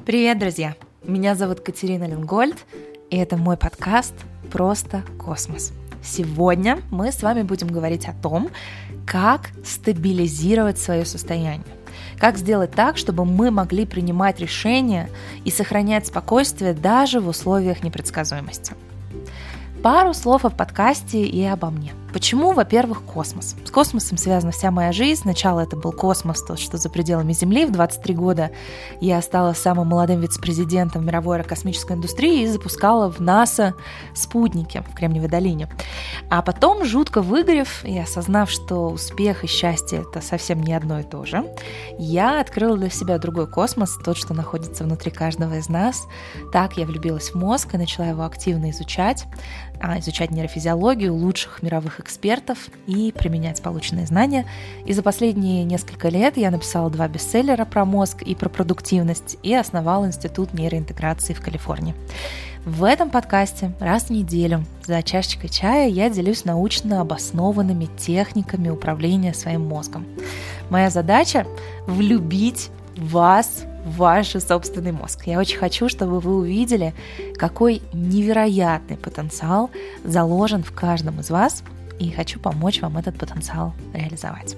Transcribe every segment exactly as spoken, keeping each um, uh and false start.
Привет, друзья! Меня зовут Катерина Ленгольд, и это мой подкаст «Просто космос». Сегодня мы с вами будем говорить о том, как стабилизировать свое состояние, как сделать так, чтобы мы могли принимать решения и сохранять спокойствие даже в условиях непредсказуемости. Пару слов о подкасте и обо мне. Почему? Во-первых, космос. С космосом связана вся моя жизнь. Сначала это был космос, то, что за пределами Земли. В двадцать три года я стала самым молодым вице-президентом мировой аэрокосмической индустрии и запускала в НАСА спутники в Кремниевой долине. А потом, жутко выгорев и осознав, что успех и счастье — это совсем не одно и то же, я открыла для себя другой космос, тот, что находится внутри каждого из нас. Так я влюбилась в мозг и начала его активно изучать, изучать нейрофизиологию лучших мировых экспертов и применять полученные знания. И за последние несколько лет я написала два бестселлера про мозг и про продуктивность и основала Институт нейроинтеграции в Калифорнии. В этом подкасте раз в неделю за чашечкой чая я делюсь научно обоснованными техниками управления своим мозгом. Моя задача – влюбить вас в ваш собственный мозг. Я очень хочу, чтобы вы увидели, какой невероятный потенциал заложен в каждом из вас, и хочу помочь вам этот потенциал реализовать.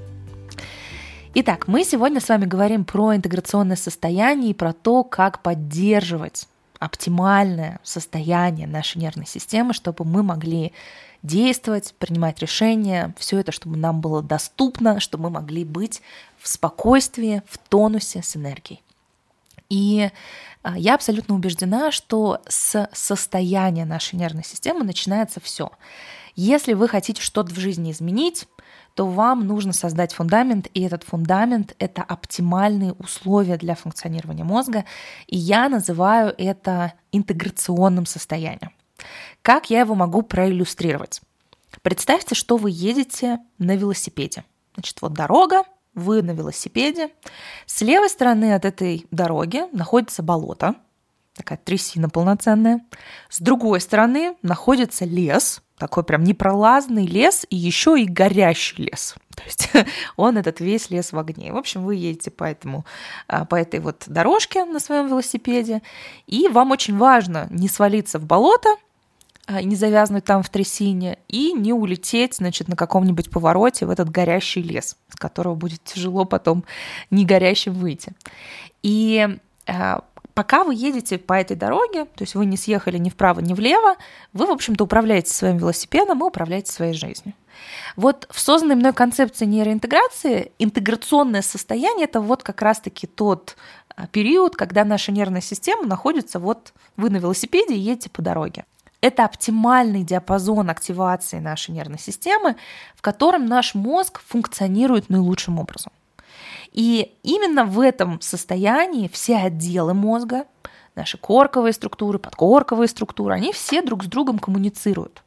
Итак, мы сегодня с вами говорим про интеграционное состояние и про то, как поддерживать оптимальное состояние нашей нервной системы, чтобы мы могли действовать, принимать решения, все это, чтобы нам было доступно, чтобы мы могли быть в спокойствии, в тонусе, с энергией. И я абсолютно убеждена, что с состояния нашей нервной системы начинается все. Если вы хотите что-то в жизни изменить, то вам нужно создать фундамент, и этот фундамент — это оптимальные условия для функционирования мозга, и я называю это интеграционным состоянием. Как я его могу проиллюстрировать? Представьте, что вы едете на велосипеде. Значит, вот дорога, вы на велосипеде. С левой стороны от этой дороги находится болото, такая трясина полноценная. С другой стороны находится лес, такой прям непролазный лес, и еще и горящий лес. То есть он, этот весь лес в огне. В общем, вы едете по, этому, по этой вот дорожке на своем велосипеде, и вам очень важно не свалиться в болото, не завязнуть там в трясине и не улететь, значит, на каком-нибудь повороте в этот горящий лес, с которого будет тяжело потом не горящим выйти. И пока вы едете по этой дороге, то есть вы не съехали ни вправо, ни влево, вы, в общем-то, управляете своим велосипедом и управляете своей жизнью. Вот в созданной мной концепции нейроинтеграции интеграционное состояние – это вот как раз-таки тот период, когда наша нервная система находится, вот вы на велосипеде и едете по дороге. Это оптимальный диапазон активации нашей нервной системы, в котором наш мозг функционирует наилучшим образом. И именно в этом состоянии все отделы мозга, наши корковые структуры, подкорковые структуры, они все друг с другом коммуницируют.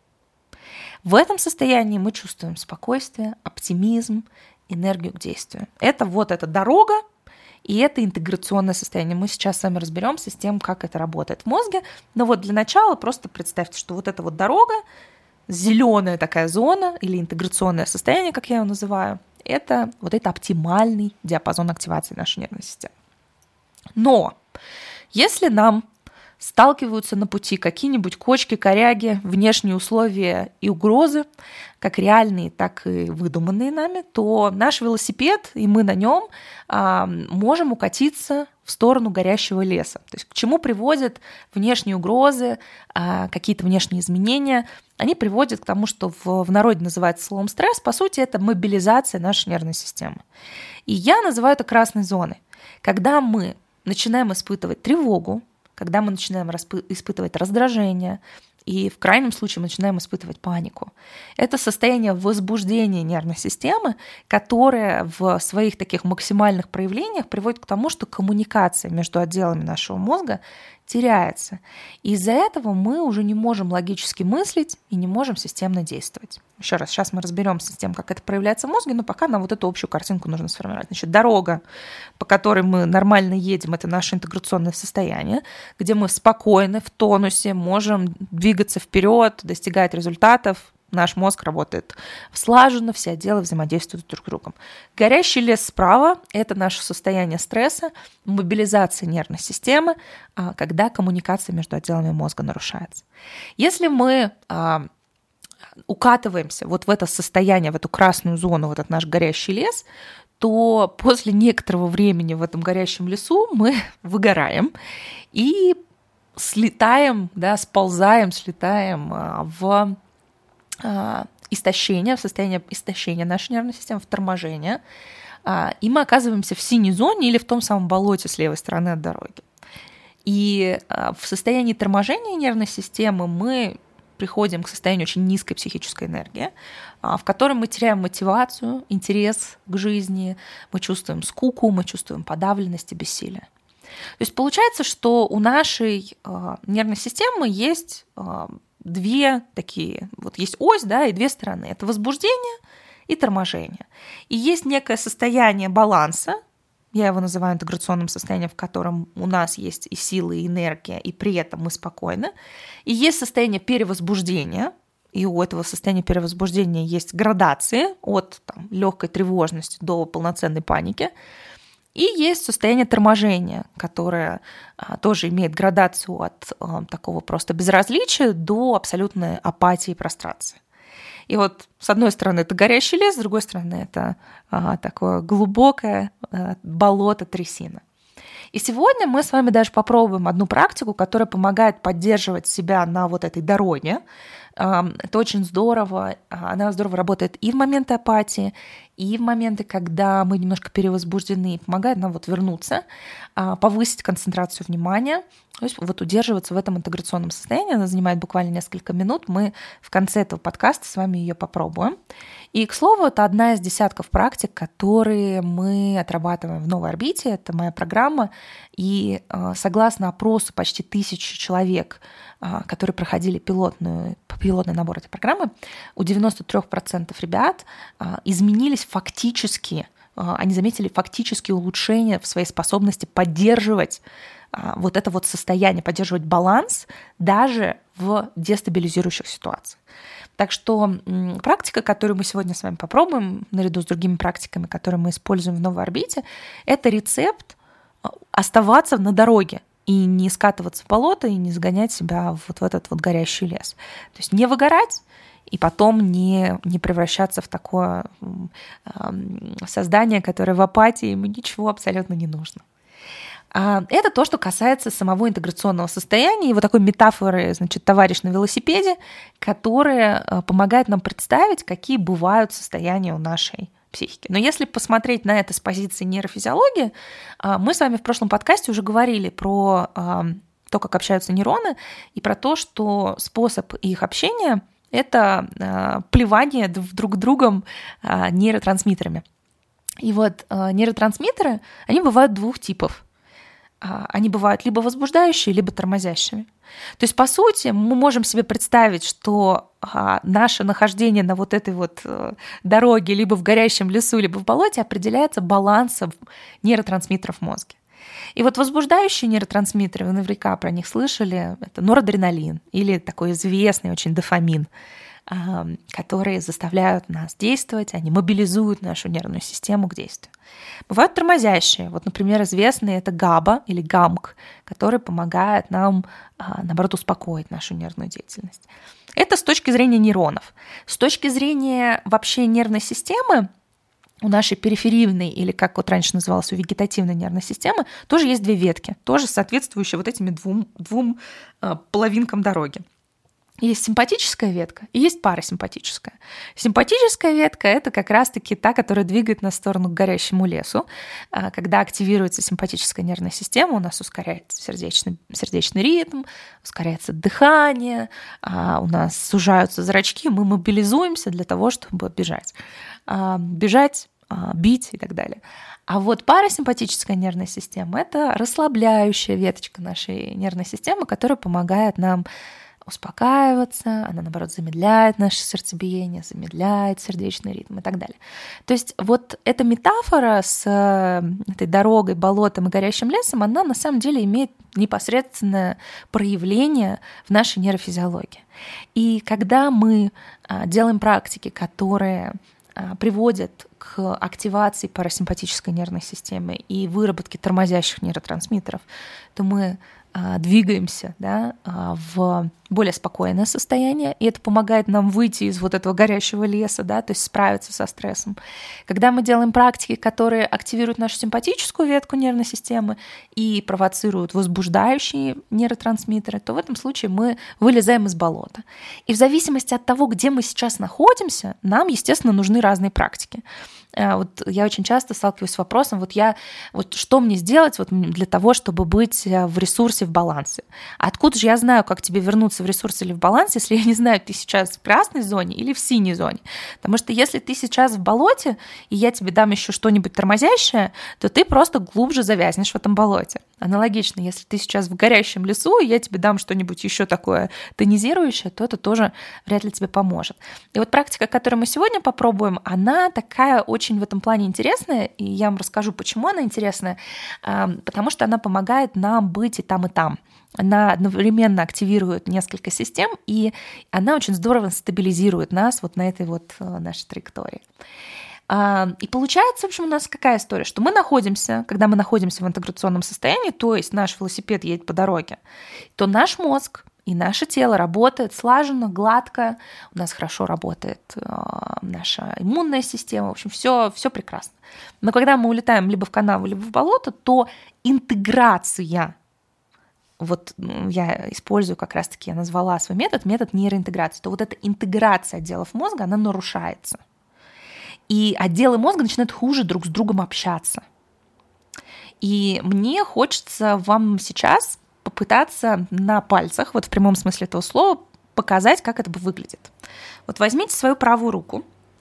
В этом состоянии мы чувствуем спокойствие, оптимизм, энергию к действию. Это вот эта дорога, и это интеграционное состояние. Мы сейчас с вами разберемся с тем, как это работает в мозге. Но вот для начала просто представьте, что вот эта вот дорога, зеленая такая зона или интеграционное состояние, как я его называю, это вот это оптимальный диапазон активации нашей нервной системы. Но если нам сталкиваются на пути какие-нибудь кочки, коряги, внешние условия и угрозы, как реальные, так и выдуманные нами, то наш велосипед и мы на нем а, можем укатиться в сторону горящего леса. То есть к чему приводят внешние угрозы, а, какие-то внешние изменения? Они приводят к тому, что в, в народе называется словом стресс. По сути, это мобилизация нашей нервной системы. И я называю это красной зоной. Когда мы начинаем испытывать тревогу, когда мы начинаем распы- испытывать раздражение, и в крайнем случае мы начинаем испытывать панику. Это состояние возбуждения нервной системы, которое в своих таких максимальных проявлениях приводит к тому, что коммуникация между отделами нашего мозга теряется. И из-за этого мы уже не можем логически мыслить и не можем системно действовать. Еще раз, сейчас мы разберемся с тем, как это проявляется в мозге, но пока нам вот эту общую картинку нужно сформировать. Значит, дорога, по которой мы нормально едем, это наше интеграционное состояние, где мы спокойны, в тонусе, можем двигаться вперед, достигать результатов, наш мозг работает слаженно, все отделы взаимодействуют друг с другом. Горящий лес справа – это наше состояние стресса, мобилизация нервной системы, когда коммуникация между отделами мозга нарушается. Если мы укатываемся вот в это состояние, в эту красную зону, в этот наш горящий лес, то после некоторого времени в этом горящем лесу мы выгораем и слетаем, да, сползаем, слетаем в истощение, в состояние истощения нашей нервной системы, в торможение, и мы оказываемся в синей зоне или в том самом болоте с левой стороны от дороги. И в состоянии торможения нервной системы мы приходим к состоянию очень низкой психической энергии, в котором мы теряем мотивацию, интерес к жизни, мы чувствуем скуку, мы чувствуем подавленность и бессилие. То есть получается, что у нашей нервной системы есть две такие, вот есть ось, да, и две стороны. Это возбуждение и торможение. И есть некое состояние баланса, я его называю интеграционным состоянием, в котором у нас есть и силы, и энергия, и при этом мы спокойны. И есть состояние перевозбуждения, и у этого состояния перевозбуждения есть градации от там, легкой тревожности до полноценной паники. И есть состояние торможения, которое а, тоже имеет градацию от а, такого просто безразличия до абсолютной апатии и прострации. И вот с одной стороны это горящий лес, с другой стороны это а, такое глубокое а, болото, трясина. И сегодня мы с вами даже попробуем одну практику, которая помогает поддерживать себя на вот этой дороге. Это очень здорово. Она здорово работает и в моменты апатии, и в моменты, когда мы немножко перевозбуждены, помогает нам вот вернуться, повысить концентрацию внимания, то есть вот удерживаться в этом интеграционном состоянии. Она занимает буквально несколько минут. Мы в конце этого подкаста с вами ее попробуем. И, к слову, это одна из десятков практик, которые мы отрабатываем в «Новой орбите». Это моя программа. И согласно опросу почти тысячи человек, которые проходили пилотную, пилотный набор этой программы, у девяносто три процента ребят изменились фактически, они заметили фактические улучшения в своей способности поддерживать вот это вот состояние, поддерживать баланс даже в дестабилизирующих ситуациях. Так что практика, которую мы сегодня с вами попробуем, наряду с другими практиками, которые мы используем в «Новой орбите», это рецепт оставаться на дороге и не скатываться в болото, и не загонять себя вот в этот вот горящий лес. То есть не выгорать, и потом не, не превращаться в такое э, создание, которое в апатии, ему ничего абсолютно не нужно. Это то, что касается самого интеграционного состояния и вот такой метафоры, значит, товарищ на велосипеде, которая помогает нам представить, какие бывают состояния у нашей психики. Но если посмотреть на это с позиции нейрофизиологии, мы с вами в прошлом подкасте уже говорили про то, как общаются нейроны, и про то, что способ их общения – это плевание друг другом нейротрансмиттерами. И вот нейротрансмиттеры, они бывают двух типов. Они бывают либо возбуждающие, либо тормозящими. То есть, по сути, мы можем себе представить, что наше нахождение на вот этой вот дороге либо в горящем лесу, либо в болоте определяется балансом нейротрансмиттеров в мозге. И вот возбуждающие нейротрансмиттеры, вы наверняка про них слышали, это норадреналин или такой известный очень дофамин, которые заставляют нас действовать, они мобилизуют нашу нервную систему к действию. Бывают тормозящие. Вот, например, известный это ГАБА или ГАМК, который помогает нам, наоборот, успокоить нашу нервную деятельность. Это с точки зрения нейронов. С точки зрения вообще нервной системы, у нашей периферийной, или как вот раньше называлась, у вегетативной нервной системы, тоже есть две ветки, тоже соответствующие вот этим двум, двум половинкам дороги. Есть симпатическая ветка и есть парасимпатическая. Симпатическая ветка – это как раз-таки та, которая двигает нас в сторону к горящему лесу. Когда активируется симпатическая нервная система, у нас ускоряется сердечный, сердечный ритм, ускоряется дыхание, у нас сужаются зрачки, мы мобилизуемся для того, чтобы бежать. Бежать, бить и так далее. А вот парасимпатическая нервная система – это расслабляющая веточка нашей нервной системы, которая помогает нам успокаиваться, она, наоборот, замедляет наше сердцебиение, замедляет сердечный ритм и так далее. То есть вот эта метафора с этой дорогой, болотом и горящим лесом, она на самом деле имеет непосредственное проявление в нашей нейрофизиологии. И когда мы делаем практики, которые приводят к активации парасимпатической нервной системы и выработке тормозящих нейротрансмиттеров, то мы двигаемся, да, в более спокойное состояние, и это помогает нам выйти из вот этого горящего леса, да, то есть справиться со стрессом. Когда мы делаем практики, которые активируют нашу симпатическую ветку нервной системы и провоцируют возбуждающие нейротрансмиттеры, то в этом случае мы вылезаем из болота. И в зависимости от того, где мы сейчас находимся, нам, естественно, нужны разные практики. Вот я очень часто сталкиваюсь с вопросом, вот я, вот что мне сделать вот для того, чтобы быть в ресурсе, в балансе? Откуда же я знаю, как тебе вернуться в ресурс или в баланс, если я не знаю, ты сейчас в красной зоне или в синей зоне? Потому что если ты сейчас в болоте, и я тебе дам еще что-нибудь тормозящее, то ты просто глубже завязнешь в этом болоте. Аналогично, если ты сейчас в горящем лесу, и я тебе дам что-нибудь еще такое тонизирующее, то это тоже вряд ли тебе поможет. И вот практика, которую мы сегодня попробуем, она такая очень в этом плане интересная, и я вам расскажу, почему она интересная, потому что она помогает нам быть и там, и там. Она одновременно активирует несколько систем, и она очень здорово стабилизирует нас вот на этой вот нашей траектории. И получается, в общем, у нас какая история, что мы находимся, когда мы находимся в интеграционном состоянии, то есть наш велосипед едет по дороге, то наш мозг и наше тело работает слаженно, гладко, у нас хорошо работает наша иммунная система, в общем, все, все прекрасно. Но когда мы улетаем либо в канаву, либо в болото, то интеграция, вот я использую как раз-таки, я назвала свой метод, метод нейроинтеграции, то вот эта интеграция отделов мозга, она нарушается. И отделы мозга начинают хуже друг с другом общаться. И мне хочется вам сейчас попытаться на пальцах, вот в прямом смысле этого слова, показать, как это выглядит. Вот возьмите свою правую руку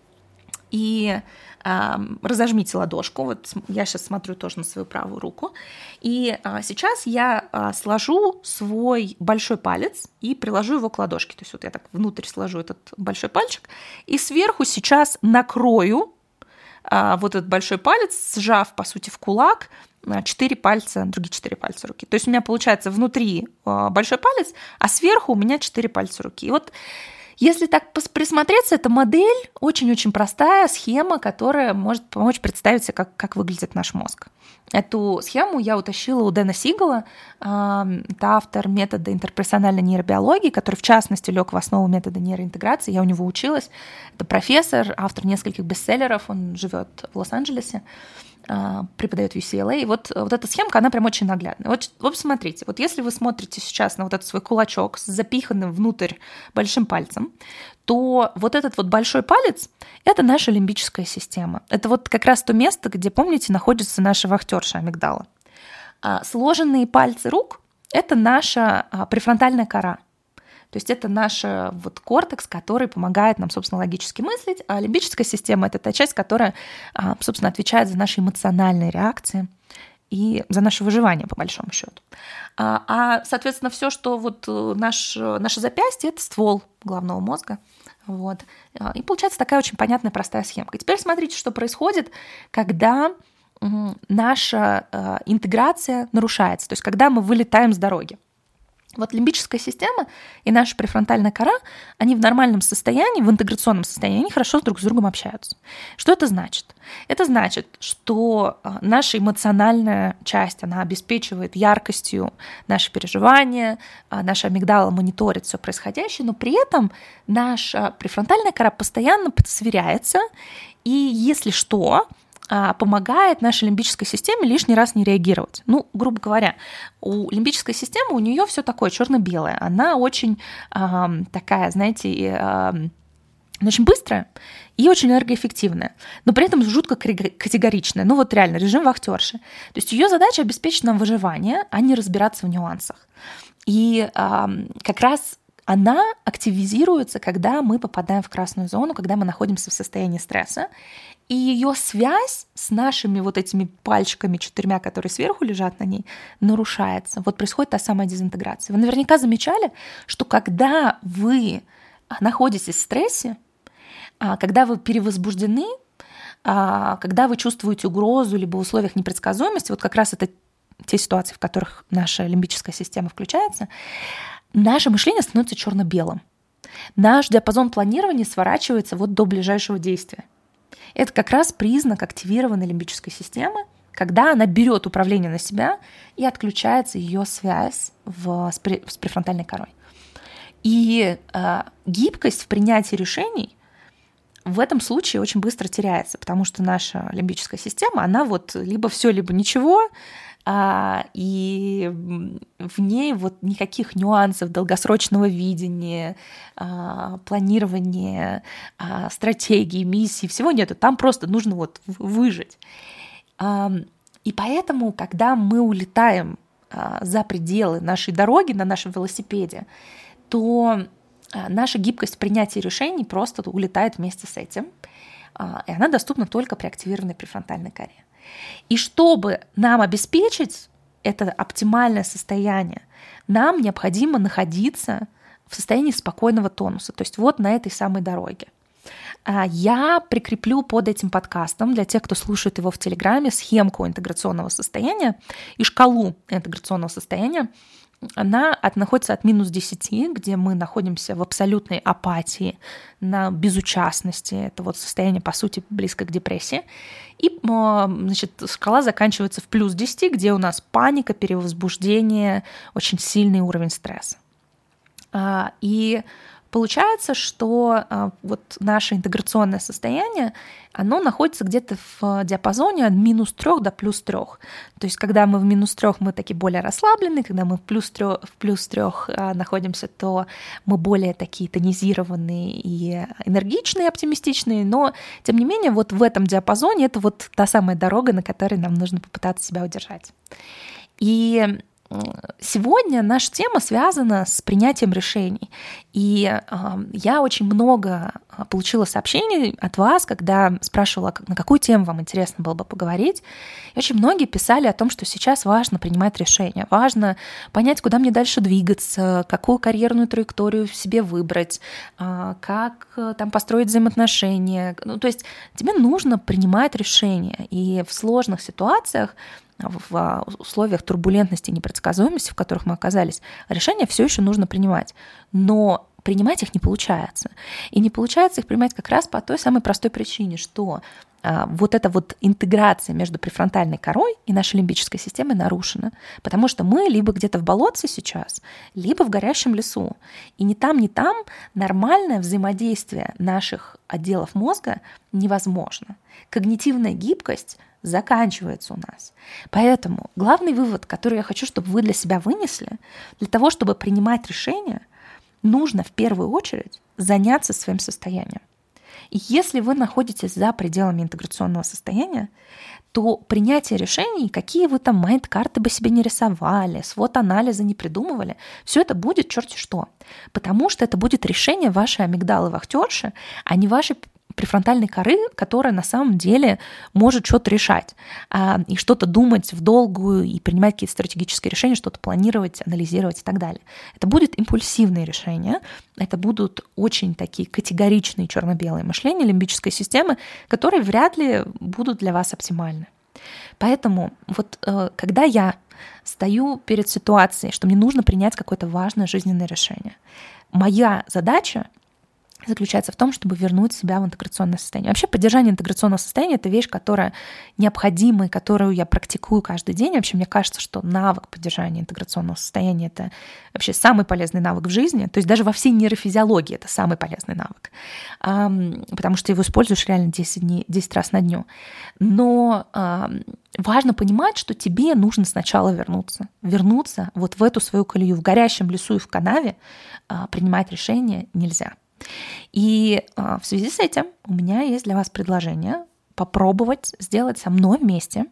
и э, разожмите ладошку. Вот я сейчас смотрю тоже на свою правую руку. И э, сейчас я э, сложу свой большой палец и приложу его к ладошке. То есть вот я так внутрь сложу этот большой пальчик. И сверху сейчас накрою э, вот этот большой палец, сжав, по сути, в кулак, четыре пальца, другие четыре пальца руки. То есть у меня получается внутри э, большой палец, а сверху у меня четыре пальца руки. И вот если так присмотреться, эта модель очень-очень простая схема, которая может помочь представить себе, как, как выглядит наш мозг. Эту схему я утащила у Дэна Сигала, это автор метода интерперсональной нейробиологии, который, в частности, лег в основу метода нейроинтеграции. Я у него училась. Это профессор, автор нескольких бестселлеров, он живет в Лос-Анджелесе, преподает в ю си эл эй. И вот, вот эта схемка, она прям очень наглядная. Вот, вот смотрите, вот если вы смотрите сейчас на вот этот свой кулачок с запиханным внутрь большим пальцем, то вот этот вот большой палец – это наша лимбическая система. Это вот как раз то место, где, помните, находится наша вахтерша амигдала. А сложенные пальцы рук – это наша префронтальная кора. То есть это наш вот кортекс, который помогает нам, собственно, логически мыслить, а лимбическая система – это та часть, которая, собственно, отвечает за наши эмоциональные реакции и за наше выживание, по большому счету. А, соответственно, все, что вот наш, наше запястье – это ствол головного мозга. Вот. И получается такая очень понятная, простая схемка. И теперь смотрите, что происходит, когда наша интеграция нарушается, то есть когда мы вылетаем с дороги. Вот лимбическая система и наша префронтальная кора, они в нормальном состоянии, в интеграционном состоянии, они хорошо друг с другом общаются. Что это значит? Это значит, что наша эмоциональная часть, она обеспечивает яркостью наши переживания, наша амигдала мониторит все происходящее, но при этом наша префронтальная кора постоянно сверяется, и если что, помогает нашей лимбической системе лишний раз не реагировать. Ну, грубо говоря, у лимбической системы у нее все такое черно-белое. Она очень э, такая, знаете, э, очень быстрая и очень энергоэффективная, но при этом жутко категоричная. Ну вот реально, режим вахтерши. То есть ее задача обеспечить нам выживание, а не разбираться в нюансах. И э, как раз она активизируется, когда мы попадаем в красную зону, когда мы находимся в состоянии стресса. и ее связь с нашими вот этими пальчиками четырьмя, которые сверху лежат на ней, нарушается. Вот происходит та самая дезинтеграция. Вы наверняка замечали, что когда вы находитесь в стрессе, когда вы перевозбуждены, когда вы чувствуете угрозу либо в условиях непредсказуемости, вот как раз это те ситуации, в которых наша лимбическая система включается, наше мышление становится черно-белым. Наш диапазон планирования сворачивается вот до ближайшего действия. Это как раз признак активированной лимбической системы, когда она берет управление на себя и отключается ее связь в, с, при, с префронтальной корой. И э, гибкость в принятии решений в этом случае очень быстро теряется, потому что наша лимбическая система, она вот либо все, либо ничего, а, и в ней вот никаких нюансов долгосрочного видения, а, планирования, а, стратегии, миссии, всего нету. Там просто нужно вот выжить. А, и поэтому, когда мы улетаем а, за пределы нашей дороги на нашем велосипеде, то наша гибкость в принятии решений просто улетает вместе с этим, и она доступна только при активированной префронтальной коре. И чтобы нам обеспечить это оптимальное состояние, нам необходимо находиться в состоянии спокойного тонуса, то есть вот на этой самой дороге. Я прикреплю под этим подкастом, для тех, кто слушает его в Телеграме, схемку интеграционного состояния и шкалу интеграционного состояния. Она от, находится от минус десяти, где мы находимся в абсолютной апатии, на безучастности. Это вот состояние, по сути, близко к депрессии. И, значит, шкала заканчивается в плюс десяти, где у нас паника, перевозбуждение, очень сильный уровень стресса. И получается, что вот наше интеграционное состояние, оно находится где-то в диапазоне от минус трех до плюс трех. То есть, когда мы в минус трех, мы такие более расслаблены, когда мы в плюс трех, в плюс трех находимся, то мы более такие тонизированные и энергичные, оптимистичные. Но, тем не менее, вот в этом диапазоне это вот та самая дорога, на которой нам нужно попытаться себя удержать. И сегодня наша тема связана с принятием решений. И э, я очень много получила сообщений от вас, когда спрашивала, на какую тему вам интересно было бы поговорить. И очень многие писали о том, что сейчас важно принимать решения, важно понять, куда мне дальше двигаться, какую карьерную траекторию в себе выбрать, э, как э, там построить взаимоотношения. Ну, то есть тебе нужно принимать решения. И в сложных ситуациях, в условиях турбулентности и непредсказуемости, в которых мы оказались, решения все еще нужно принимать. Но принимать их не получается. И не получается их принимать как раз по той самой простой причине, что а, вот эта вот интеграция между префронтальной корой и нашей лимбической системой нарушена. Потому что мы либо где-то в болотце сейчас, либо в горящем лесу. И ни там, ни там нормальное взаимодействие наших отделов мозга невозможно. Когнитивная гибкость заканчивается у нас. Поэтому главный вывод, который я хочу, чтобы вы для себя вынесли, для того, чтобы принимать решения, нужно в первую очередь заняться своим состоянием. И если вы находитесь за пределами интеграционного состояния, то принятие решений, какие вы там майнд-карты бы себе не рисовали, свод-анализы не придумывали, все это будет черти что. Потому что это будет решение вашей амигдалы-вахтерши, а не вашей префронтальной коры, которая на самом деле может что-то решать а, и что-то думать в долгую и принимать какие-то стратегические решения, что-то планировать, анализировать и так далее. Это будут импульсивные решения, это будут очень такие категоричные черно-белые мышления лимбической системы, которые вряд ли будут для вас оптимальны. Поэтому вот э, когда я стою перед ситуацией, что мне нужно принять какое-то важное жизненное решение, моя задача заключается в том, чтобы вернуть себя в интеграционное состояние. Вообще поддержание интеграционного состояния — это вещь, которая необходима и которую я практикую каждый день. Вообще мне кажется, что навык поддержания интеграционного состояния — это вообще самый полезный навык в жизни. То есть даже во всей нейрофизиологии это самый полезный навык, потому что ты его используешь реально десять дней, десять раз на дню. Но важно понимать, что тебе нужно сначала вернуться. Вернуться вот в эту свою колею. В горящем лесу и в канаве принимать решения нельзя. И в связи с этим у меня есть для вас предложение попробовать сделать со мной вместе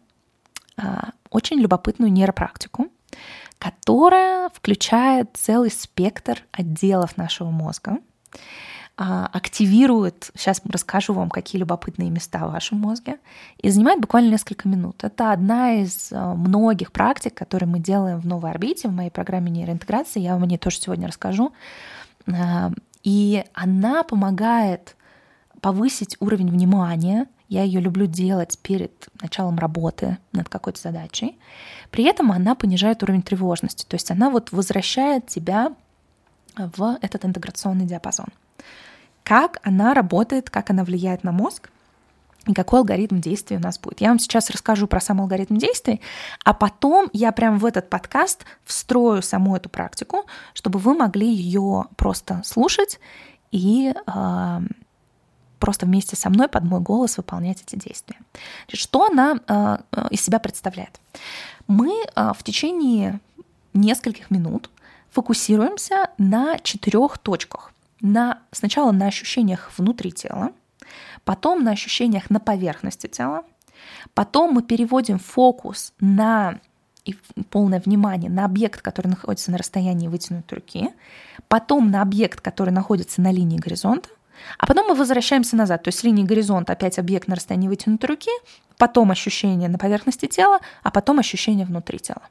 очень любопытную нейропрактику, которая включает целый спектр отделов нашего мозга. активирует, сейчас расскажу вам, какие любопытные места в вашем мозге, и занимает буквально несколько минут. Это одна из многих практик, которые мы делаем в новой орбите, в моей программе нейроинтеграции, я вам о ней тоже сегодня расскажу. И она помогает повысить уровень внимания. Я ее люблю делать перед началом работы над какой-то задачей. При этом она понижает уровень тревожности, то есть она вот возвращает тебя в этот интеграционный диапазон. Как она работает, как она влияет на мозг и какой алгоритм действий у нас будет. Я вам сейчас расскажу про сам алгоритм действий, а потом я прям в этот подкаст встрою саму эту практику, чтобы вы могли ее просто слушать и э, просто вместе со мной под мой голос выполнять эти действия. Что она э, из себя представляет? Мы э, в течение нескольких минут фокусируемся на четырех точках. На, сначала на ощущениях внутри тела, потом на ощущениях на поверхности тела, потом мы переводим фокус на и полное внимание на объект, который находится на расстоянии вытянутой руки, потом на объект, который находится на линии горизонта, а потом мы возвращаемся назад, то есть с линии горизонта опять объект на расстоянии вытянутой руки, потом ощущение на поверхности тела, а потом ощущение внутри тела.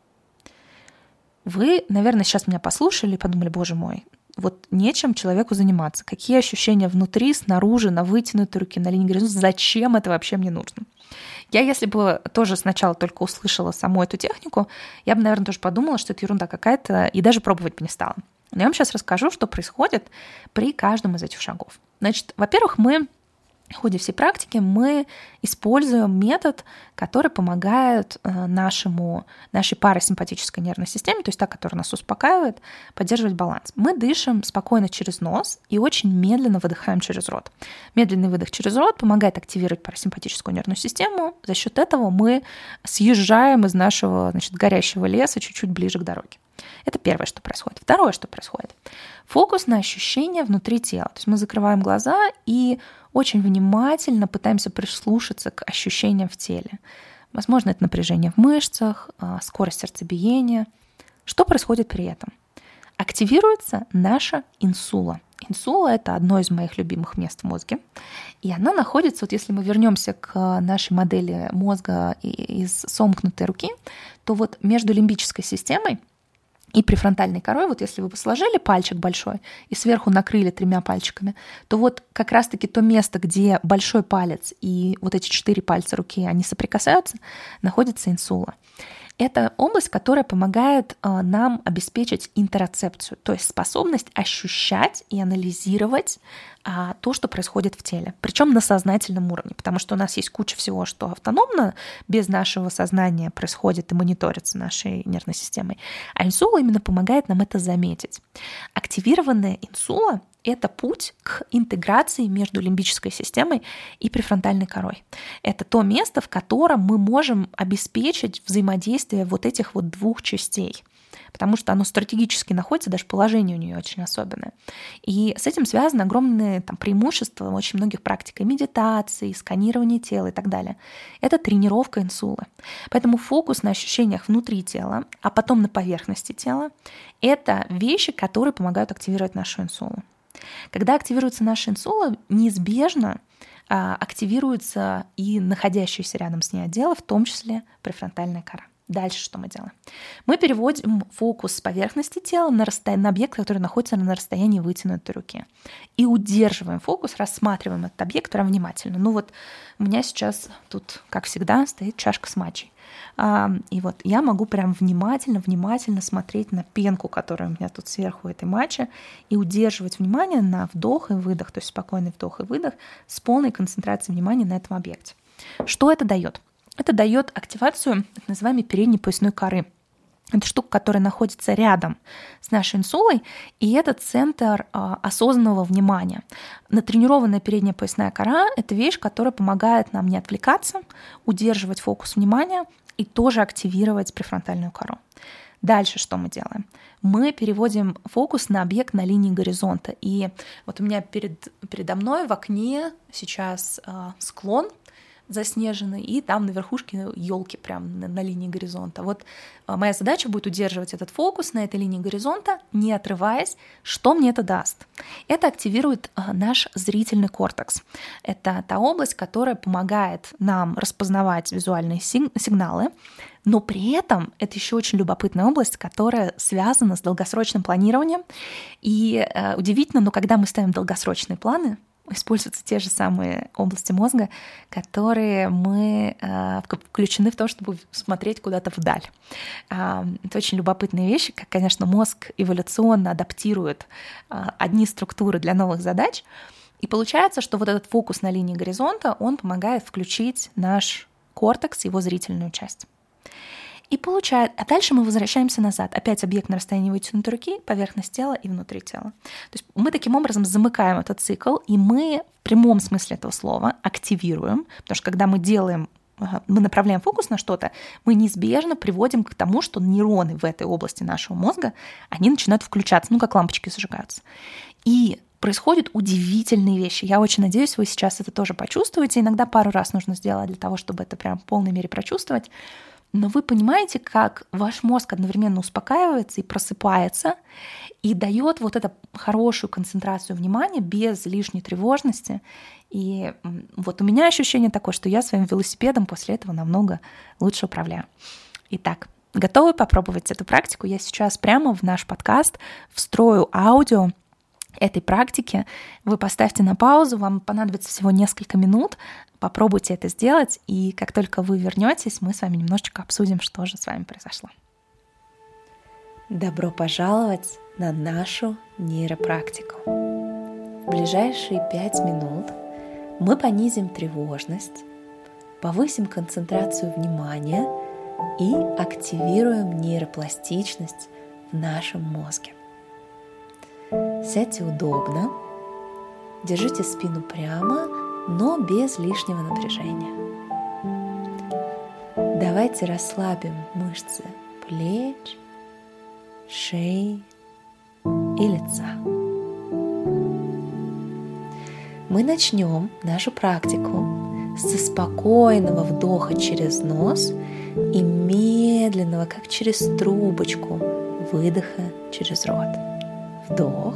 Вы, наверное, сейчас меня послушали и подумали, боже мой, вот нечем человеку заниматься. Какие ощущения внутри, снаружи, на вытянутой руке, на линии горизонта, зачем это вообще мне нужно? Я, если бы тоже сначала только услышала саму эту технику, я бы, наверное, тоже подумала, что это ерунда какая-то, и даже пробовать бы не стала. Но я вам сейчас расскажу, что происходит при каждом из этих шагов. Значит, во-первых, мы в ходе всей практики мы используем метод, который помогает нашему, нашей парасимпатической нервной системе, то есть та, которая нас успокаивает, поддерживать баланс. Мы дышим спокойно через нос и очень медленно выдыхаем через рот. Медленный выдох через рот помогает активировать парасимпатическую нервную систему. За счет этого мы съезжаем из нашего, значит, горящего леса чуть-чуть ближе к дороге. Это первое, что происходит. Второе, что происходит. Фокус на ощущения внутри тела. То есть мы закрываем глаза и очень внимательно пытаемся прислушаться к ощущениям в теле. Возможно, это напряжение в мышцах, скорость сердцебиения. Что происходит при этом? Активируется наша инсула. Инсула — это одно из моих любимых мест в мозге. И она находится, вот если мы вернемся к нашей модели мозга из сомкнутой руки, то вот между лимбической системой и префронтальной корой, вот если вы сложили пальчик большой и сверху накрыли тремя пальчиками, то вот как раз-таки то место, где большой палец и вот эти четыре пальца руки, они соприкасаются, находится инсула. Это область, которая помогает нам обеспечить интероцепцию, то есть способность ощущать и анализировать то, что происходит в теле, причем на сознательном уровне, потому что у нас есть куча всего, что автономно, без нашего сознания происходит и мониторится нашей нервной системой. А инсула именно помогает нам это заметить. Активированная инсула — это путь к интеграции между лимбической системой и префронтальной корой. Это то место, в котором мы можем обеспечить взаимодействие вот этих вот двух частей, потому что оно стратегически находится, даже положение у нее очень особенное. И с этим связано огромное там, преимущество очень многих практик и медитации, сканирования тела и так далее. Это тренировка инсулы. Поэтому фокус на ощущениях внутри тела, а потом на поверхности тела — это вещи, которые помогают активировать нашу инсулу. Когда активируется наша инсула, неизбежно а, активируется и находящиеся рядом с ней отделы, в том числе префронтальная кора. Дальше что мы делаем? Мы переводим фокус с поверхности тела на, расстоя... на объект, который находится на расстоянии вытянутой руки. И удерживаем фокус, рассматриваем этот объект прям внимательно. Ну вот у меня сейчас тут, как всегда, стоит чашка с матчей. И вот я могу прям внимательно-внимательно смотреть на пенку, которая у меня тут сверху этой матчи, и удерживать внимание на вдох и выдох, то есть спокойный вдох и выдох с полной концентрацией внимания на этом объекте. Что это дает? Это дает активацию так называемой передней поясной коры. Это штука, которая находится рядом с нашей инсулой, и это центр а, осознанного внимания. Натренированная передняя поясная кора — это вещь, которая помогает нам не отвлекаться, удерживать фокус внимания и тоже активировать префронтальную кору. Дальше что мы делаем? Мы переводим фокус на объект на линии горизонта. И вот у меня перед, передо мной в окне сейчас а, склон, заснеженный, и там на верхушке елки прям на, на линии горизонта. Вот моя задача будет удерживать этот фокус на этой линии горизонта, не отрываясь. Что мне это даст? Это активирует наш зрительный кортекс. Это та область, которая помогает нам распознавать визуальные сигналы, но при этом это еще очень любопытная область, которая связана с долгосрочным планированием. И э, удивительно, но когда мы ставим долгосрочные планы, используются те же самые области мозга, которые мы э, включены в то, чтобы смотреть куда-то вдаль. Э, это очень любопытные вещи, как, конечно, мозг эволюционно адаптирует э, одни структуры для новых задач. И получается, что вот этот фокус на линии горизонта, он помогает включить наш кортекс, его зрительную часть. И получает, а дальше мы возвращаемся назад. Опять объект на расстоянии вытянутой руки, поверхность тела и внутри тела. То есть мы таким образом замыкаем этот цикл, и мы в прямом смысле этого слова активируем, потому что когда мы делаем, мы направляем фокус на что-то, мы неизбежно приводим к тому, что нейроны в этой области нашего мозга, они начинают включаться, ну как лампочки зажигаются. И происходят удивительные вещи. Я очень надеюсь, вы сейчас это тоже почувствуете. Иногда пару раз нужно сделать для того, чтобы это прям в полной мере прочувствовать. Но вы понимаете, как ваш мозг одновременно успокаивается и просыпается, и дает вот эту хорошую концентрацию внимания без лишней тревожности. И вот у меня ощущение такое, что я своим велосипедом после этого намного лучше управляю. Итак, готовы попробовать эту практику? Я сейчас прямо в наш подкаст встрою аудио этой практики. Вы поставьте на паузу, вам понадобится всего несколько минут, попробуйте это сделать, и как только вы вернетесь, мы с вами немножечко обсудим, что же с вами произошло. Добро пожаловать на нашу нейропрактику. В ближайшие пять минут мы понизим тревожность, повысим концентрацию внимания и активируем нейропластичность в нашем мозге. Сядьте удобно, держите спину прямо, но без лишнего напряжения. Давайте расслабим мышцы плеч, шеи и лица. Мы начнем нашу практику со спокойного вдоха через нос и медленного, как через трубочку, выдоха через рот. Вдох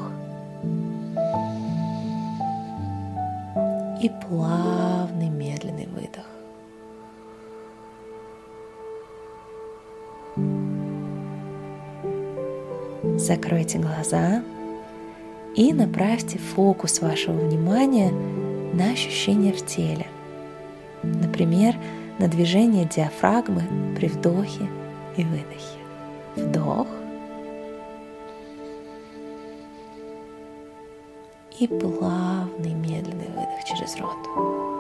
и плавный медленный выдох. Закройте глаза и направьте фокус вашего внимания на ощущения в теле. Например, на движение диафрагмы при вдохе и выдохе. Вдох и плавный медленный выдох через рот.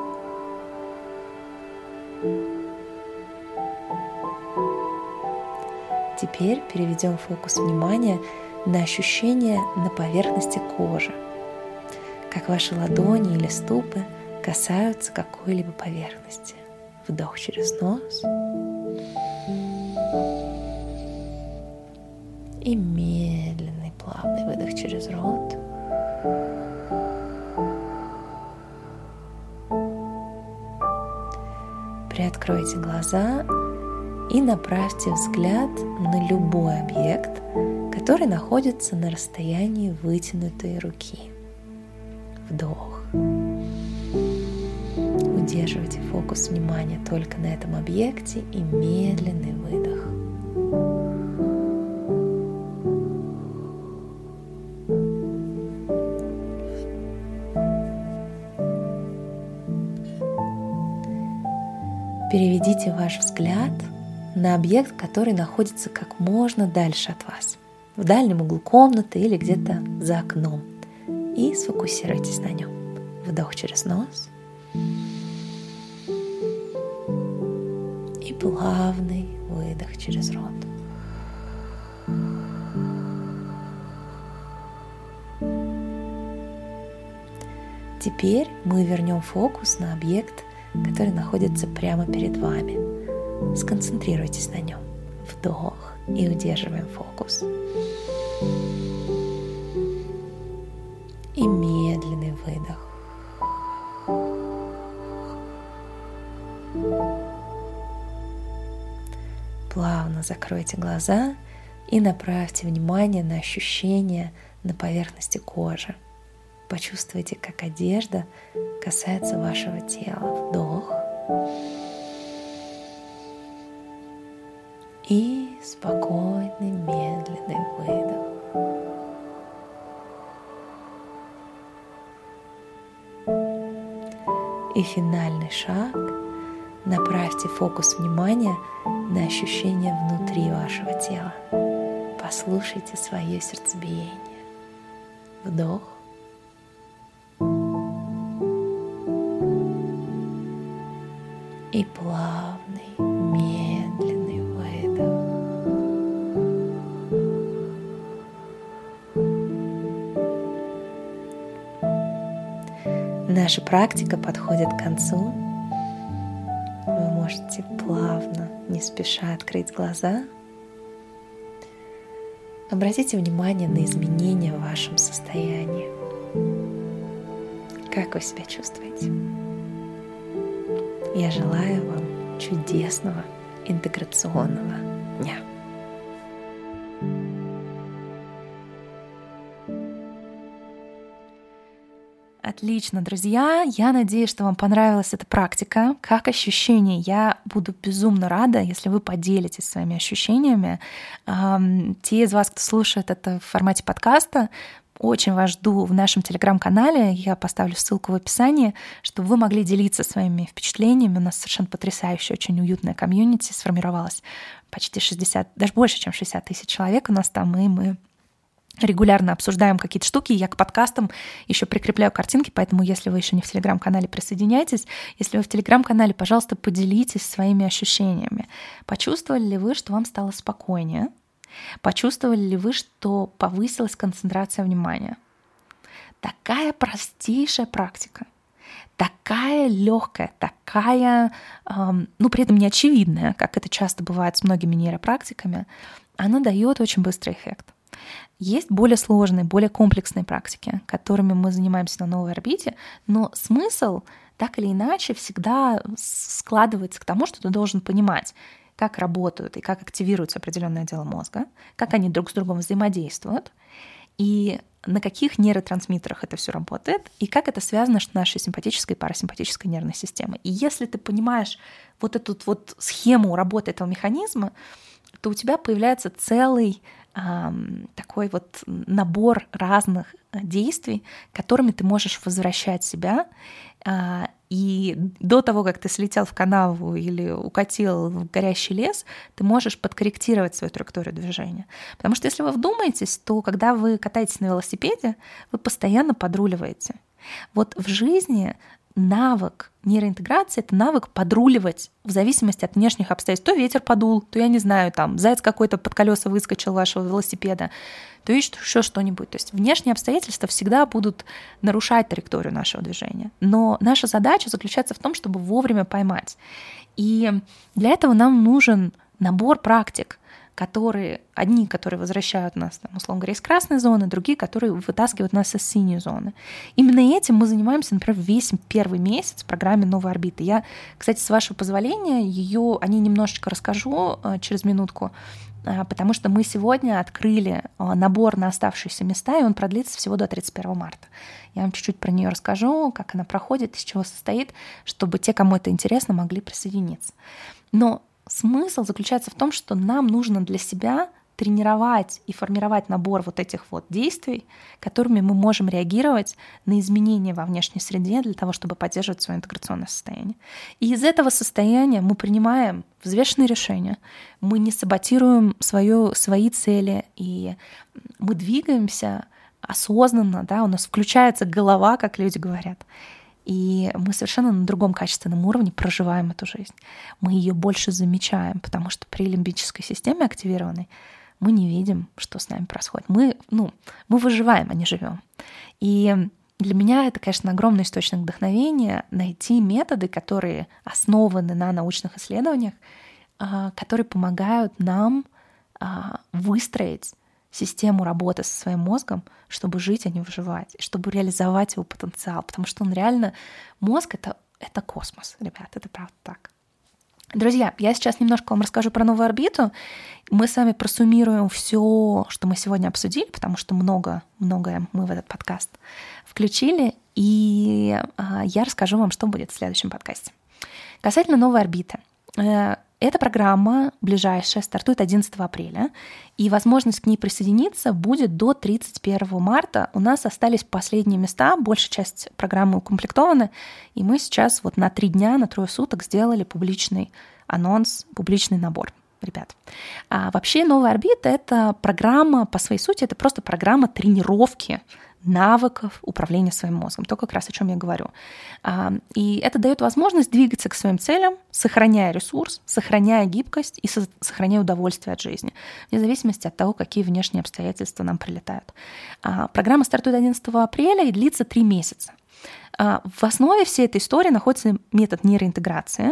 Теперь переведем фокус внимания на ощущения на поверхности кожи, как ваши ладони или ступы касаются какой-либо поверхности. Вдох через нос и медленный плавный выдох через рот. Приоткройте глаза и направьте взгляд на любой объект, который находится на расстоянии вытянутой руки. Вдох. Удерживайте фокус внимания только на этом объекте и медленный выдох. Переведите ваш взгляд на объект, который находится как можно дальше от вас, в дальнем углу комнаты или где-то за окном, и сфокусируйтесь на нем. Вдох через нос и плавный выдох через рот. Теперь мы вернем фокус на объект, который находится прямо перед вами. Сконцентрируйтесь на нем. Вдох и удерживаем фокус. И медленный выдох. Плавно закройте глаза и направьте внимание на ощущения на поверхности кожи. Почувствуйте, как одежда касается вашего тела. Вдох. И спокойный, медленный выдох. И финальный шаг. Направьте фокус внимания на ощущения внутри вашего тела. Послушайте свое сердцебиение. Вдох. И плавный, медленный выдох. Наша практика подходит к концу. Вы можете плавно, не спеша открыть глаза. Обратите внимание на изменения в вашем состоянии. Как вы себя чувствуете? Я желаю вам чудесного интеграционного дня. Отлично, друзья. Я надеюсь, что вам понравилась эта практика. Как ощущения? Я буду безумно рада, если вы поделитесь своими ощущениями. Те из вас, кто слушает это в формате подкаста, очень вас жду в нашем телеграм-канале. Я поставлю ссылку в описании, чтобы вы могли делиться своими впечатлениями. У нас совершенно потрясающая, очень уютная комьюнити сформировалась. Почти шестьдесят, даже больше, чем шестьдесят тысяч человек у нас там, и мы регулярно обсуждаем какие-то штуки. Я к подкастам еще прикрепляю картинки, поэтому если вы еще не в Телеграм-канале, присоединяйтесь. Если вы в Телеграм-канале, пожалуйста, поделитесь своими ощущениями. Почувствовали ли вы, что вам стало спокойнее? Почувствовали ли вы, что повысилась концентрация внимания? Такая простейшая практика, такая легкая, такая, эм, ну, при этом не очевидная, как это часто бывает с многими нейропрактиками, она дает очень быстрый эффект. Есть более сложные, более комплексные практики, которыми мы занимаемся на новой орбите, но смысл так или иначе всегда складывается к тому, что ты должен понимать, как работают и как активируются определенные отделы мозга, как они друг с другом взаимодействуют, и на каких нейротрансмиттерах это все работает, и как это связано с нашей симпатической и парасимпатической нервной системой. И если ты понимаешь вот эту вот схему работы этого механизма, то у тебя появляется целый эм, такой вот набор разных действий, которыми ты можешь возвращать себя. Э, и до того, как ты слетел в канаву или укатил в горящий лес, ты можешь подкорректировать свою траекторию движения. Потому что если вы вдумаетесь, то когда вы катаетесь на велосипеде, вы постоянно подруливаете. Вот в жизни навык нейроинтеграции — это навык подруливать в зависимости от внешних обстоятельств. То ветер подул, то, я не знаю, там заяц какой-то под колеса выскочил вашего велосипеда, то еще что-нибудь. То есть внешние обстоятельства всегда будут нарушать траекторию нашего движения. Но наша задача заключается в том, чтобы вовремя поймать. И для этого нам нужен набор практик, которые, одни, которые возвращают нас, там, условно говоря, из красной зоны, другие, которые вытаскивают нас из синей зоны. Именно этим мы занимаемся, например, весь первый месяц в программе «Новой орбиты». Я, кстати, с вашего позволения, ее, о ней немножечко расскажу через минутку, потому что мы сегодня открыли набор на оставшиеся места, и он продлится всего до тридцать первого марта. Я вам чуть-чуть про нее расскажу, как она проходит, из чего состоит, чтобы те, кому это интересно, могли присоединиться. Но смысл заключается в том, что нам нужно для себя тренировать и формировать набор вот этих вот действий, которыми мы можем реагировать на изменения во внешней среде для того, чтобы поддерживать свое интеграционное состояние. И из этого состояния мы принимаем взвешенные решения, мы не саботируем свое, свои цели, и мы двигаемся осознанно, да, у нас включается голова, как люди говорят. И мы совершенно на другом качественном уровне проживаем эту жизнь. Мы ее больше замечаем, потому что при лимбической системе активированной мы не видим, что с нами происходит. Мы, ну, мы выживаем, а не живем. И для меня это, конечно, огромный источник вдохновения найти методы, которые основаны на научных исследованиях, которые помогают нам выстроить систему работы со своим мозгом, чтобы жить, а не выживать, и чтобы реализовать его потенциал, потому что он реально, мозг — это, это космос, ребят, это правда так. Друзья, я сейчас немножко вам расскажу про новую орбиту. Мы с вами просуммируем все, что мы сегодня обсудили, потому что много, многое мы в этот подкаст включили, и я расскажу вам, что будет в следующем подкасте. Касательно новой орбиты. Эта программа ближайшая стартует одиннадцатого апреля, и возможность к ней присоединиться будет до тридцать первого марта. У нас остались последние места, большая часть программы укомплектована, и мы сейчас вот на три дня, на трое суток сделали публичный анонс, публичный набор. Ребят, а вообще «Новая орбита» — это программа, по своей сути, это просто программа тренировки навыков управления своим мозгом. То, как раз о чем я говорю. И это дает возможность двигаться к своим целям, сохраняя ресурс, сохраняя гибкость и сохраняя удовольствие от жизни, вне зависимости от того, какие внешние обстоятельства нам прилетают. Программа стартует одиннадцатого апреля и длится три месяца. В основе всей этой истории находится метод нейроинтеграции,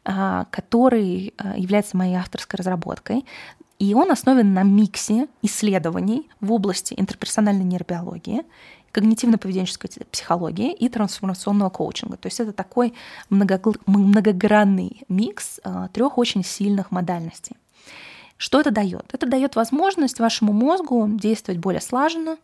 который является моей авторской разработкой. И он основан на миксе исследований в области интерперсональной нейробиологии, когнитивно-поведенческой психологии и трансформационного коучинга. То есть это такой многогранный микс трех очень сильных модальностей. Что это дает? Это дает возможность вашему мозгу действовать более слаженно,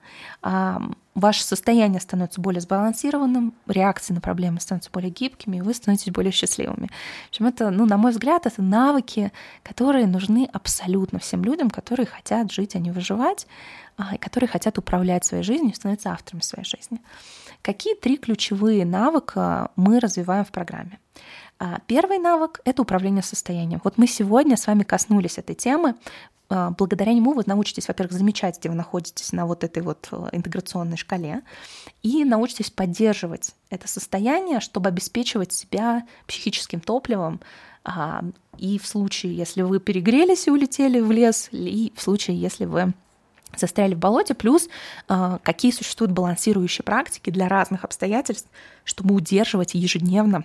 ваше состояние становится более сбалансированным, реакции на проблемы становятся более гибкими, и вы становитесь более счастливыми. В общем, это, ну, на мой взгляд, это навыки, которые нужны абсолютно всем людям, которые хотят жить, а не выживать, и которые хотят управлять своей жизнью, становиться авторами своей жизни. Какие три ключевые навыка мы развиваем в программе? Первый навык — это управление состоянием. Вот мы сегодня с вами коснулись этой темы. Благодаря нему вы научитесь, во-первых, замечать, где вы находитесь на вот этой вот интеграционной шкале, и научитесь поддерживать это состояние, чтобы обеспечивать себя психическим топливом, и в случае, если вы перегрелись и улетели в лес, и в случае, если вы застряли в болоте, плюс какие существуют балансирующие практики для разных обстоятельств, чтобы удерживать ежедневно,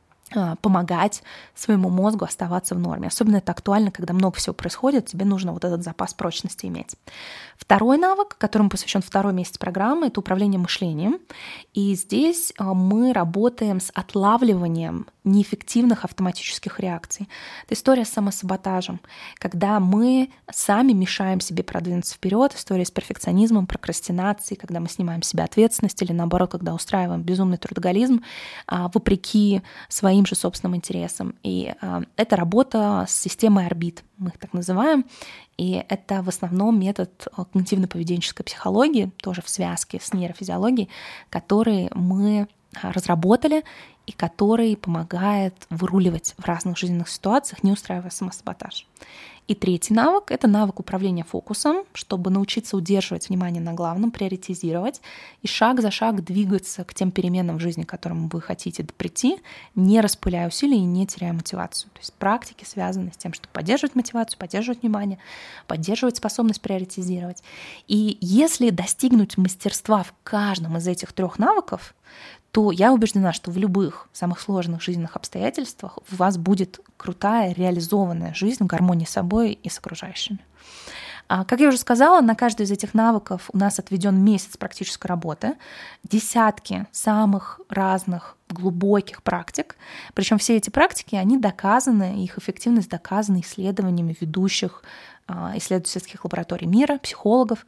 помогать своему мозгу оставаться в норме. Особенно это актуально, когда много всего происходит, тебе нужно вот этот запас прочности иметь. Второй навык, которому посвящен второй месяц программы, это управление мышлением. И здесь мы работаем с отлавливанием неэффективных автоматических реакций. Это история с самосаботажем, когда мы сами мешаем себе продвинуться вперед, история с перфекционизмом, прокрастинацией, когда мы снимаем с себя ответственность или, наоборот, когда устраиваем безумный трудоголизм вопреки своим же собственным интересам. И это работа с системой орбит, мы их так называем, и это в основном метод когнитивно-поведенческой психологии, тоже в связке с нейрофизиологией, который мы разработали и который помогает выруливать в разных жизненных ситуациях, не устраивая самосаботаж. И третий навык — это навык управления фокусом, чтобы научиться удерживать внимание на главном, приоритизировать и шаг за шаг двигаться к тем переменам в жизни, к которым вы хотите прийти, не распыляя усилий и не теряя мотивацию. То есть практики связаны с тем, чтобы поддерживать мотивацию, поддерживать внимание, поддерживать способность приоритизировать. И если достигнуть мастерства в каждом из этих трех навыков, то я убеждена, что в любых самых сложных жизненных обстоятельствах у вас будет крутая, реализованная жизнь в гармонии с собой и с окружающими. Как я уже сказала, на каждый из этих навыков у нас отведен месяц практической работы, десятки самых разных глубоких практик. Причем все эти практики, они доказаны, их эффективность доказана исследованиями ведущих исследовательских лабораторий мира, психологов.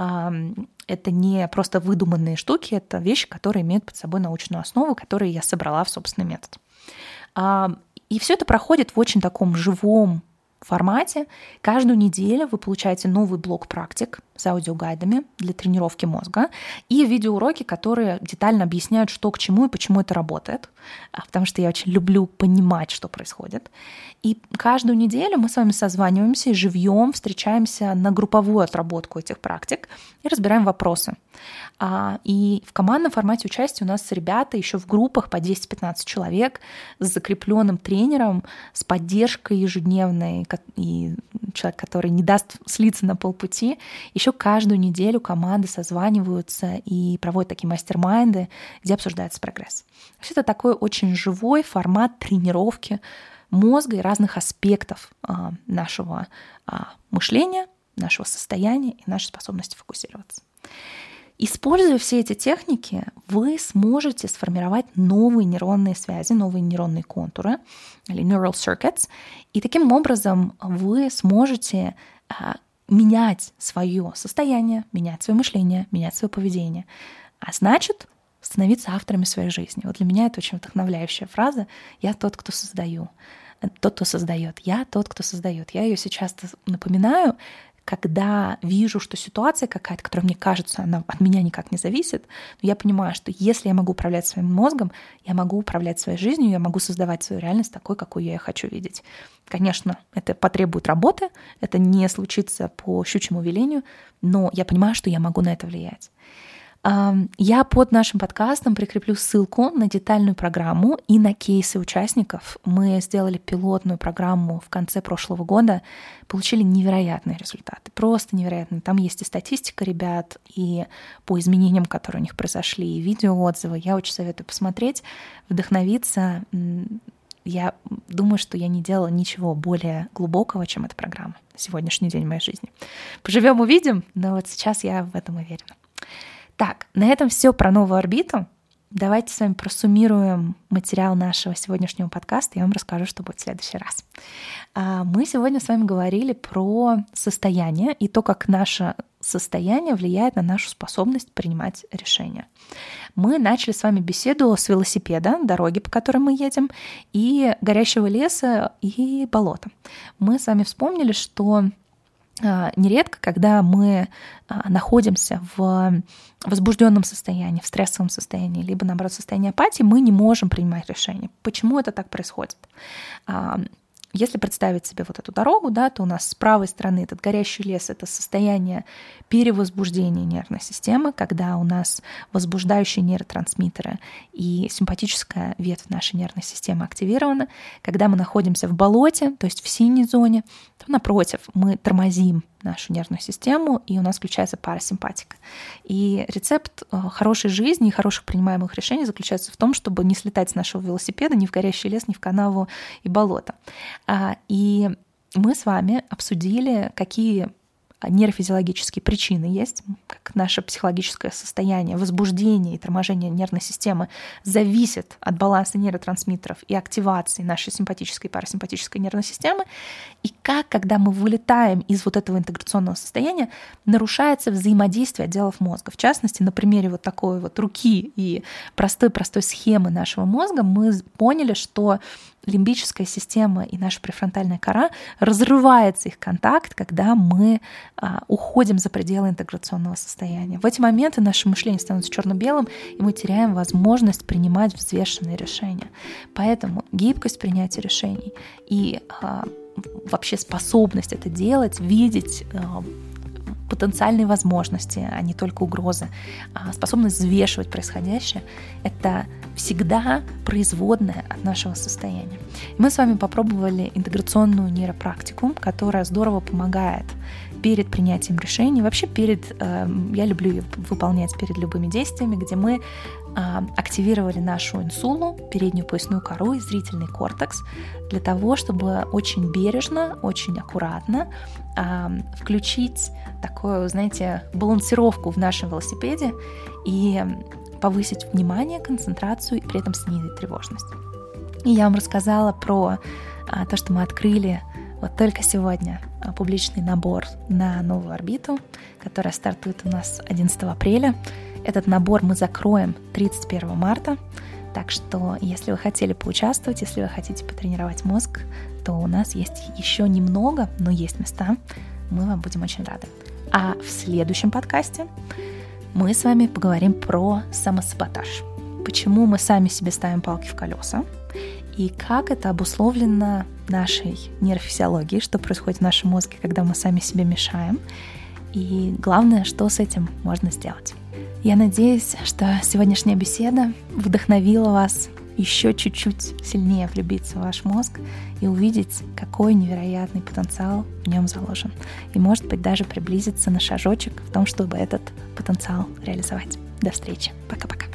Это не просто выдуманные штуки, это вещи, которые имеют под собой научную основу, которые я собрала в собственный метод. И все это проходит в очень таком живом формате. Каждую неделю вы получаете новый блок практик с аудиогайдами для тренировки мозга и видеоуроки, которые детально объясняют, что к чему и почему это работает, потому что я очень люблю понимать, что происходит. И каждую неделю мы с вами созваниваемся и живьем встречаемся на групповую отработку этих практик и разбираем вопросы. И в командном формате участия у нас ребята еще в группах по десять-пятнадцать человек с закрепленным тренером, с поддержкой ежедневной, и человек, который не даст слиться на полпути. Еще каждую неделю команды созваниваются и проводят такие мастер-майнды, где обсуждается прогресс. Все это такой очень живой формат тренировки мозга и разных аспектов нашего мышления, нашего состояния и нашей способности фокусироваться. Используя все эти техники, вы сможете сформировать новые нейронные связи, новые нейронные контуры или neural circuits, и таким образом вы сможете а, менять свое состояние, менять свое мышление, менять свое поведение, а значит, становиться авторами своей жизни. Вот для меня это очень вдохновляющая фраза «Я тот, кто создаю». Тот, кто создает. Я тот, кто создает. Я ее сейчас напоминаю, когда вижу, что ситуация какая-то, которая мне кажется, она от меня никак не зависит, но я понимаю, что если я могу управлять своим мозгом, я могу управлять своей жизнью, я могу создавать свою реальность такой, какую я ее хочу видеть. Конечно, это потребует работы, это не случится по щучьему велению, но я понимаю, что я могу на это влиять. Я под нашим подкастом прикреплю ссылку на детальную программу и на кейсы участников. Мы сделали пилотную программу в конце прошлого года, получили невероятные результаты, просто невероятные. Там есть и статистика ребят, и по изменениям, которые у них произошли, и видеоотзывы. Я очень советую посмотреть, вдохновиться. Я думаю, что я не делала ничего более глубокого, чем эта программа на сегодняшний день в моей жизни. Поживем, увидим, но вот сейчас я в этом уверена. Так, на этом все про новую орбиту. Давайте с вами просуммируем материал нашего сегодняшнего подкаста, я вам расскажу, что будет в следующий раз. Мы сегодня с вами говорили про состояние и то, как наше состояние влияет на нашу способность принимать решения. Мы начали с вами беседу с велосипеда, дороги, по которой мы едем, и горящего леса и болота. Мы с вами вспомнили, что нередко, когда мы находимся в возбужденном состоянии, в стрессовом состоянии, либо, наоборот, в состоянии апатии, мы не можем принимать решения. Почему это так происходит? Если представить себе вот эту дорогу, да, то у нас с правой стороны этот горящий лес — это состояние перевозбуждения нервной системы, когда у нас возбуждающие нейротрансмиттеры и симпатическая ветвь нашей нервной системы активирована. Когда мы находимся в болоте, то есть в синей зоне, то напротив, мы тормозим нашу нервную систему, и у нас включается парасимпатика. И рецепт хорошей жизни и хороших принимаемых решений заключается в том, чтобы не слетать с нашего велосипеда ни в горящий лес, ни в канаву и болото. И мы с вами обсудили, какие нейрофизиологические причины есть, как наше психологическое состояние, возбуждение и торможение нервной системы зависит от баланса нейротрансмиттеров и активации нашей симпатической и парасимпатической нервной системы, и как, когда мы вылетаем из вот этого интеграционного состояния, нарушается взаимодействие отделов мозга. В частности, на примере вот такой вот руки и простой-простой схемы нашего мозга мы поняли, что лимбическая система и наша префронтальная кора, разрывается их контакт, когда мы а, уходим за пределы интеграционного состояния. В эти моменты наше мышление становится черно-белым, и мы теряем возможность принимать взвешенные решения. Поэтому гибкость принятия решений и а, вообще способность это делать, видеть а, потенциальные возможности, а не только угрозы, а способность взвешивать происходящее — это всегда производная от нашего состояния. И мы с вами попробовали интеграционную нейропрактику, которая здорово помогает перед принятием решений, вообще перед, я люблю ее выполнять перед любыми действиями, где мы активировали нашу инсулу, переднюю поясную кору и зрительный кортекс для того, чтобы очень бережно, очень аккуратно включить такую, знаете, балансировку в нашем велосипеде и повысить внимание, концентрацию и при этом снизить тревожность. И я вам рассказала про то, что мы открыли вот только сегодня публичный набор на новую орбиту, которая стартует у нас одиннадцатого апреля. Этот набор мы закроем тридцать первого марта, так что если вы хотели поучаствовать, если вы хотите потренировать мозг, то у нас есть еще немного, но есть места, мы вам будем очень рады. А в следующем подкасте мы с вами поговорим про самосаботаж. Почему мы сами себе ставим палки в колеса и как это обусловлено нашей нейрофизиологией, что происходит в нашем мозге, когда мы сами себе мешаем. И главное, что с этим можно сделать. Я надеюсь, что сегодняшняя беседа вдохновила вас еще чуть-чуть сильнее влюбиться в ваш мозг и увидеть, какой невероятный потенциал в нем заложен. И, может быть, даже приблизиться на шажочек в том, чтобы этот потенциал реализовать. До встречи. Пока-пока.